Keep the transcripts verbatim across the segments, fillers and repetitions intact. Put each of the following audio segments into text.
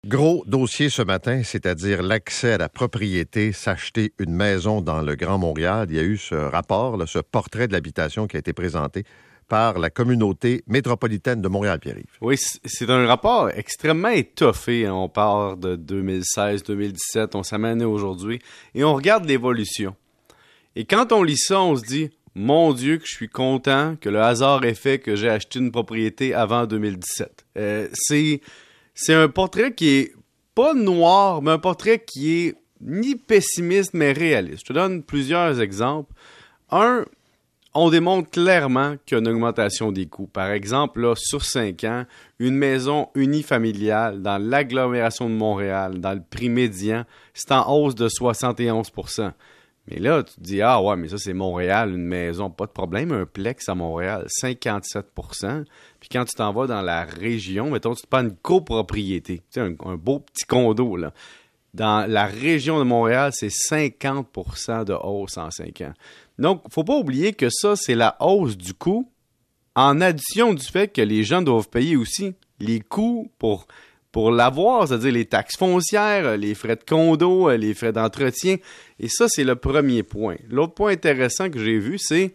Gros dossier ce matin, c'est-à-dire l'accès à la propriété, s'acheter une maison dans le Grand Montréal. Il y a eu ce rapport, là, ce portrait de l'habitation qui a été présenté par la communauté métropolitaine de Montréal-Pierre-Yves. Oui, c'est un rapport extrêmement étoffé. On part de deux mille seize deux mille dix-sept, on s'amène aujourd'hui et on regarde l'évolution. Et quand on lit ça, on se dit « Mon Dieu, que je suis content que le hasard ait fait que j'ai acheté une propriété avant deux mille dix-sept. Euh, » C'est... C'est un portrait qui est pas noir, mais un portrait qui est ni pessimiste, mais réaliste. Je te donne plusieurs exemples. Un, on démontre clairement qu'il y a une augmentation des coûts. Par exemple, là, sur cinq ans, une maison unifamiliale dans l'agglomération de Montréal, dans le prix médian, c'est en hausse de soixante et onze pour cent. Mais là, tu te dis, ah ouais, mais ça, c'est Montréal, une maison, pas de problème. Un plex à Montréal, cinquante-sept pour cent. Puis quand tu t'en vas dans la région, mettons, tu te prends une copropriété, tu sais, un, un beau petit condo, là. Dans la région de Montréal, c'est cinquante pour cent de hausse en cinq ans. Donc, faut pas oublier que ça, c'est la hausse du coût, en addition du fait que les gens doivent payer aussi les coûts pour... pour l'avoir, c'est-à-dire les taxes foncières, les frais de condo, les frais d'entretien. Et ça, c'est le premier point. L'autre point intéressant que j'ai vu, c'est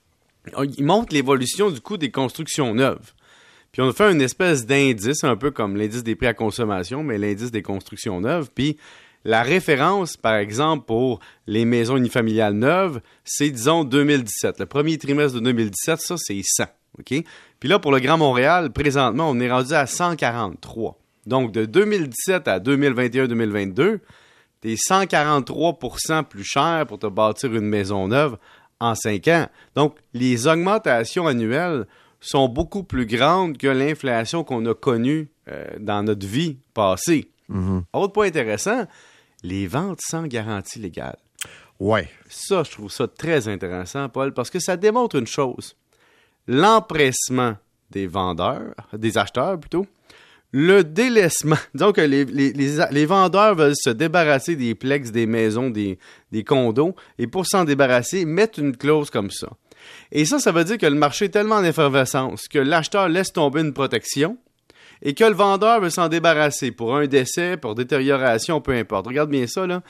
il montre l'évolution du coût des constructions neuves. Puis on a fait une espèce d'indice, un peu comme l'indice des prix à consommation, mais l'indice des constructions neuves. Puis la référence, par exemple, pour les maisons unifamiliales neuves, c'est, disons, deux mille dix-sept. Le premier trimestre de deux mille dix-sept, ça, c'est cent. OK? Puis là, pour le Grand Montréal, présentement, on est rendu à cent quarante-trois. Donc, de deux mille dix-sept à deux mille vingt et un deux mille vingt-deux, t'es cent quarante-trois pour cent plus cher pour te bâtir une maison neuve en cinq ans. Donc, les augmentations annuelles sont beaucoup plus grandes que l'inflation qu'on a connue euh, dans notre vie passée. Mm-hmm. Autre point intéressant, les ventes sans garantie légale. Ouais. Ça, je trouve ça très intéressant, Paul, parce que ça démontre une chose. L'empressement des vendeurs, des acheteurs plutôt, le délaissement. Disons que les, les, les, les vendeurs veulent se débarrasser des plex, des maisons, des, des condos, et pour s'en débarrasser, mettent une clause comme ça. Et ça, ça veut dire que le marché est tellement en effervescence que l'acheteur laisse tomber une protection et que le vendeur veut s'en débarrasser pour un décès, pour détérioration, peu importe. Regarde bien ça, là.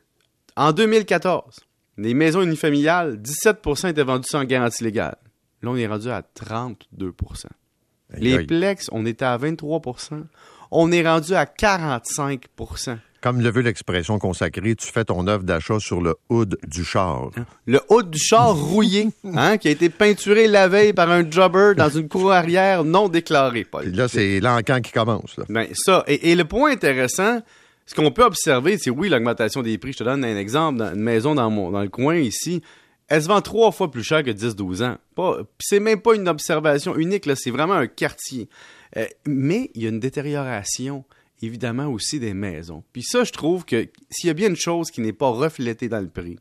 En deux mille quatorze, les maisons unifamiliales, dix-sept pour cent étaient vendues sans garantie légale. Là, on est rendu à trente-deux pour cent. Les aïe. Plex, on était à vingt-trois pour cent. On est rendu à quarante-cinq pour cent. Comme le veut l'expression consacrée, tu fais ton œuvre d'achat sur le hood du char. Le hood du char rouillé, hein, qui a été peinturé la veille par un jobber dans une cour arrière non déclarée, Paul. Puis là, c'est l'encan qui commence. Là. Ben, ça. Et, et le point intéressant, ce qu'on peut observer, c'est oui, l'augmentation des prix. Je te donne un exemple. Dans une maison dans, mon, dans le coin ici, elle se vend trois fois plus cher que dix douze ans. Pas, puis c'est même pas une observation unique, là, c'est vraiment un quartier. Euh, mais il y a une détérioration, évidemment, aussi des maisons. Puis ça, je trouve que s'il y a bien une chose qui n'est pas reflétée dans le prix,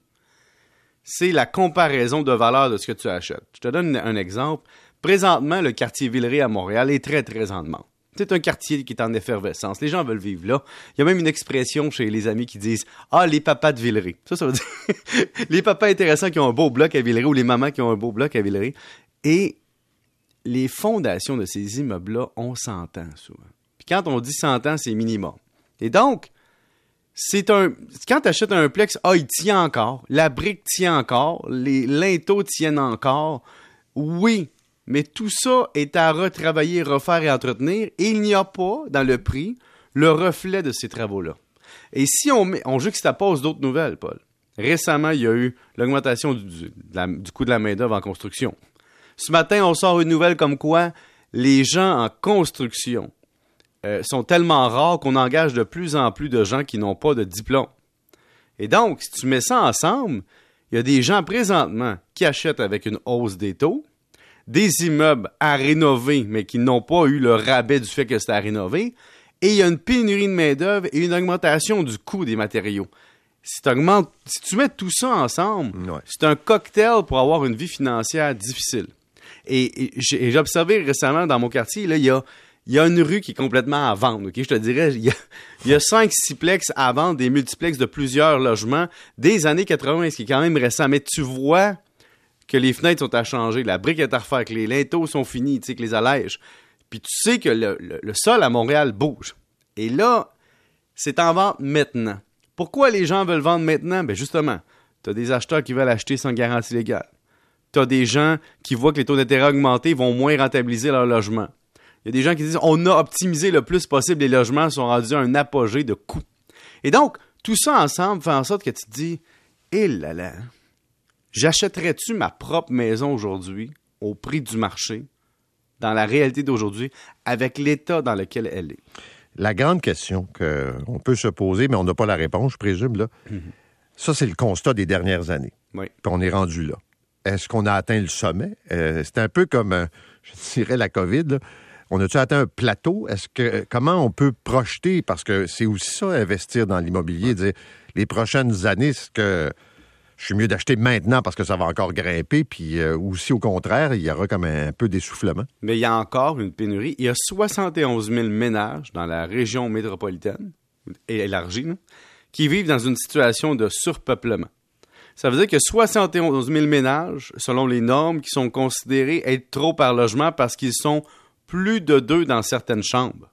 c'est la comparaison de valeur de ce que tu achètes. Je te donne un, un exemple. Présentement, le quartier Villeray à Montréal est très, très en demande. C'est un quartier qui est en effervescence. Les gens veulent vivre là. Il y a même une expression chez les amis qui disent « Ah, les papas de Villeray ». Ça, ça veut dire les papas intéressants qui ont un beau bloc à Villeray ou les mamans qui ont un beau bloc à Villeray. Et les fondations de ces immeubles-là, on s'entend souvent. Puis quand on dit cent ans, c'est minimum. Et donc, c'est un quand tu achètes un plex, ah, il tient encore, la brique tient encore, les linteaux tiennent encore. Oui, mais tout ça est à retravailler, refaire et entretenir, et il n'y a pas, dans le prix, le reflet de ces travaux-là. Et si on, met, on juxtapose d'autres nouvelles, Paul, récemment, il y a eu l'augmentation du, du, la, du coût de la main-d'œuvre en construction. Ce matin, on sort une nouvelle comme quoi les gens en construction euh, sont tellement rares qu'on engage de plus en plus de gens qui n'ont pas de diplôme. Et donc, si tu mets ça ensemble, il y a des gens présentement qui achètent avec une hausse des taux, des immeubles à rénover, mais qui n'ont pas eu le rabais du fait que c'était à rénover, et il y a une pénurie de main-d'œuvre et une augmentation du coût des matériaux. Si, si tu mets tout ça ensemble, ouais. C'est un cocktail pour avoir une vie financière difficile. Et, et, j'ai, et j'ai observé récemment dans mon quartier, là, il y a, il y a une rue qui est complètement à vendre. Okay? Je te dirais, il y a, il y a cinq sixplex à vendre, des multiplex de plusieurs logements des années quatre-vingts, ce qui est quand même récent. Mais tu vois que les fenêtres sont à changer, la brique est à refaire, que les linteaux sont finis, tu sais, que les allèges. Puis tu sais que le, le, le sol à Montréal bouge. Et là, c'est en vente maintenant. Pourquoi les gens veulent vendre maintenant? Ben justement, tu as des acheteurs qui veulent acheter sans garantie légale. Tu as des gens qui voient que les taux d'intérêt augmentés vont moins rentabiliser leur logement. Il y a des gens qui disent on a optimisé le plus possible les logements, sont rendus à un apogée de coûts. Et donc, tout ça ensemble fait en sorte que tu te dis eh là là, j'achèterais-tu ma propre maison aujourd'hui au prix du marché, dans la réalité d'aujourd'hui, avec l'état dans lequel elle est? La grande question qu'on peut se poser, mais on n'a pas la réponse, je présume, là, mm-hmm. ça, c'est le constat des dernières années. Oui. Puis on est rendu là. Est-ce qu'on a atteint le sommet? Euh, c'est un peu comme, euh, je dirais, la COVID, là. On a-tu atteint un plateau? Est-ce que comment on peut projeter? Parce que c'est aussi ça, investir dans l'immobilier, dire les prochaines années, est-ce que je suis mieux d'acheter maintenant parce que ça va encore grimper, puis euh, aussi au contraire, il y aura comme un, un peu d'essoufflement? Mais il y a encore une pénurie. Il y a soixante et onze mille ménages dans la région métropolitaine, et élargie, là, qui vivent dans une situation de surpeuplement. Ça veut dire que soixante et onze mille ménages, selon les normes, qui sont considérés être trop par logement parce qu'ils sont plus de deux dans certaines chambres.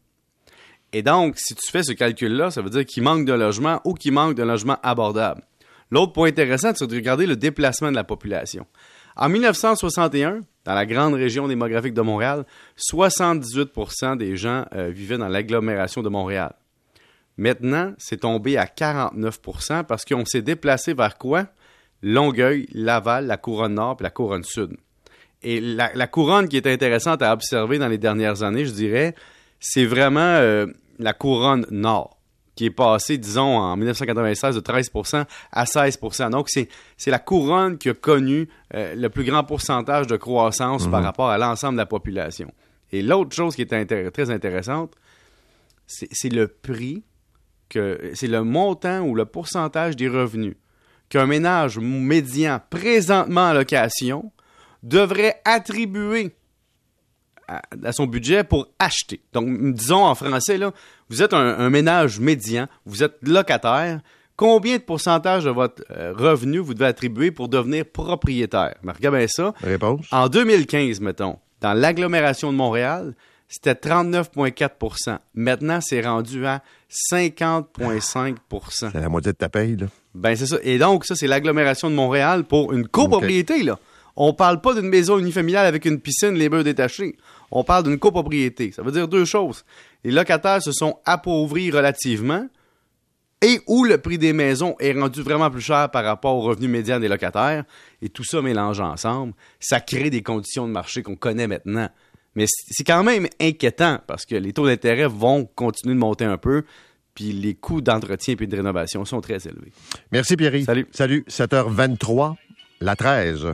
Et donc, si tu fais ce calcul-là, ça veut dire qu'il manque de logement ou qu'il manque de logement abordable. L'autre point intéressant, c'est de regarder le déplacement de la population. En dix-neuf cent soixante et un, dans la grande région démographique de Montréal, soixante-dix-huit pour cent des gens euh, vivaient dans l'agglomération de Montréal. Maintenant, c'est tombé à quarante-neuf pour cent parce qu'on s'est déplacé vers quoi? Longueuil, Laval, la couronne nord et la couronne sud. Et la, la couronne qui est intéressante à observer dans les dernières années, je dirais, c'est vraiment euh, la couronne nord, qui est passée, disons, en dix-neuf cent quatre-vingt-seize de treize pour cent à seize pour cent. Donc, c'est, c'est la couronne qui a connu euh, le plus grand pourcentage de croissance mmh. par rapport à l'ensemble de la population. Et l'autre chose qui est intér- très intéressante, c'est, c'est le prix, que c'est le montant ou le pourcentage des revenus qu'un ménage médian présentement en location devrait attribuer à, à son budget pour acheter. Donc, disons en français, là, vous êtes un, un ménage médian, vous êtes locataire, combien de pourcentage de votre euh, revenu vous devez attribuer pour devenir propriétaire? Mais regarde bien ça. Réponse. En deux mille quinze, mettons, dans l'agglomération de Montréal, c'était trente-neuf virgule quatre pour cent. Maintenant, c'est rendu à cinquante virgule cinq pour cent. C'est la moitié de ta paye, là. Ben c'est ça. Et donc, ça, c'est l'agglomération de Montréal pour une copropriété, okay. là. On parle pas d'une maison unifamiliale avec une piscine, les murs détachés. On parle d'une copropriété. Ça veut dire deux choses. Les locataires se sont appauvris relativement et où le prix des maisons est rendu vraiment plus cher par rapport au revenu médian des locataires. Et tout ça mélangé ensemble, ça crée des conditions de marché qu'on connaît maintenant. Mais c'est quand même inquiétant parce que les taux d'intérêt vont continuer de monter un peu. Puis les coûts d'entretien et de rénovation sont très élevés. Merci, Pierre. Salut. Salut. sept heures vingt-trois, la treize.